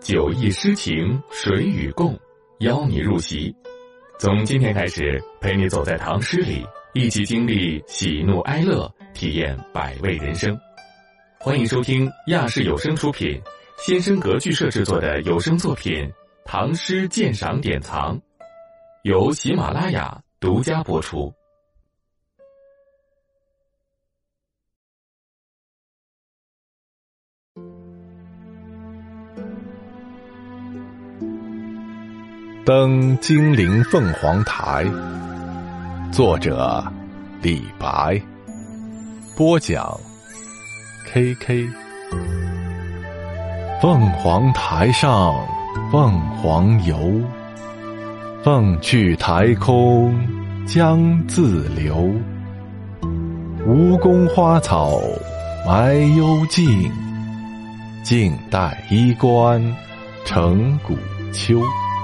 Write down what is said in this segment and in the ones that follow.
酒意诗情，水与共，邀你入席。从今天开始，陪你走在唐诗里，一起经历喜怒哀乐，体验百味人生。欢迎收听亚视有声出品，先声格剧社制作的有声作品《唐诗鉴赏典藏》，由喜马拉雅独家播出。 登金陵凤凰台，作者李白，播讲 KK。 凤凰台上凤凰游，凤去台空江自流。吴宫花草埋幽径，静待衣冠成古丘。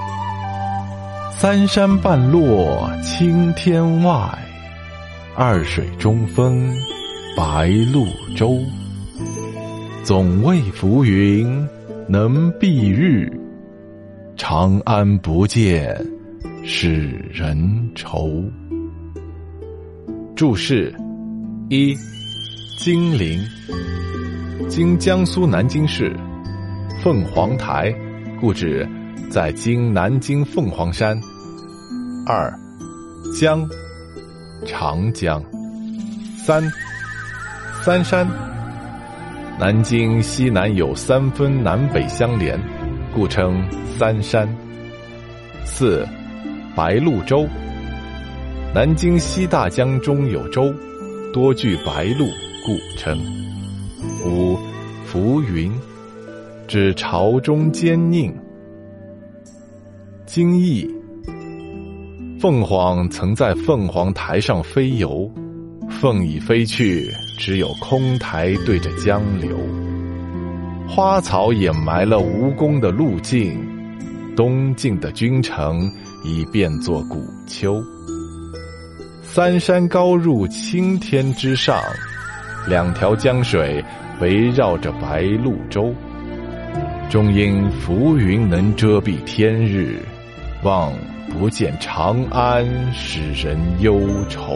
三山半落青天外，二水中分白鹭洲。总为浮云能蔽日，长安不见使人愁。注释：一、金陵，今江苏南京市，凤凰台，故指在今南京凤凰山。二、江，长江。三、三山，南京西南有三分南北相连，故称三山。四、白鹭洲，南京西大江中有洲，多聚白鹭，故称。五、浮云，指朝中奸佞。今义，凤凰曾在凤凰台上飞游，凤已飞去，只有空台对着江流。花草掩埋了吴宫的路径，东晋的君城已变作古丘。三山高入青天之上，两条江水围绕着白鹭洲。终因浮云能遮蔽天日，望不见长安使人忧愁。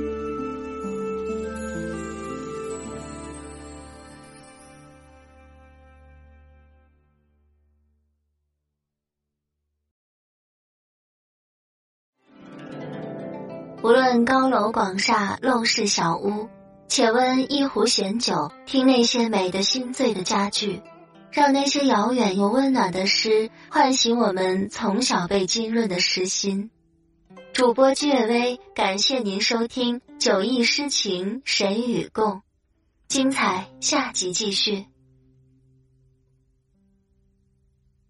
无论高楼广厦，陋室小屋，且温一壶闲酒，听那些美得心醉的佳句，让那些遥远又温暖的诗唤醒我们从小被浸润的诗心。主播居月微，感谢您收听酒意诗情，谁与共，精彩下集继续。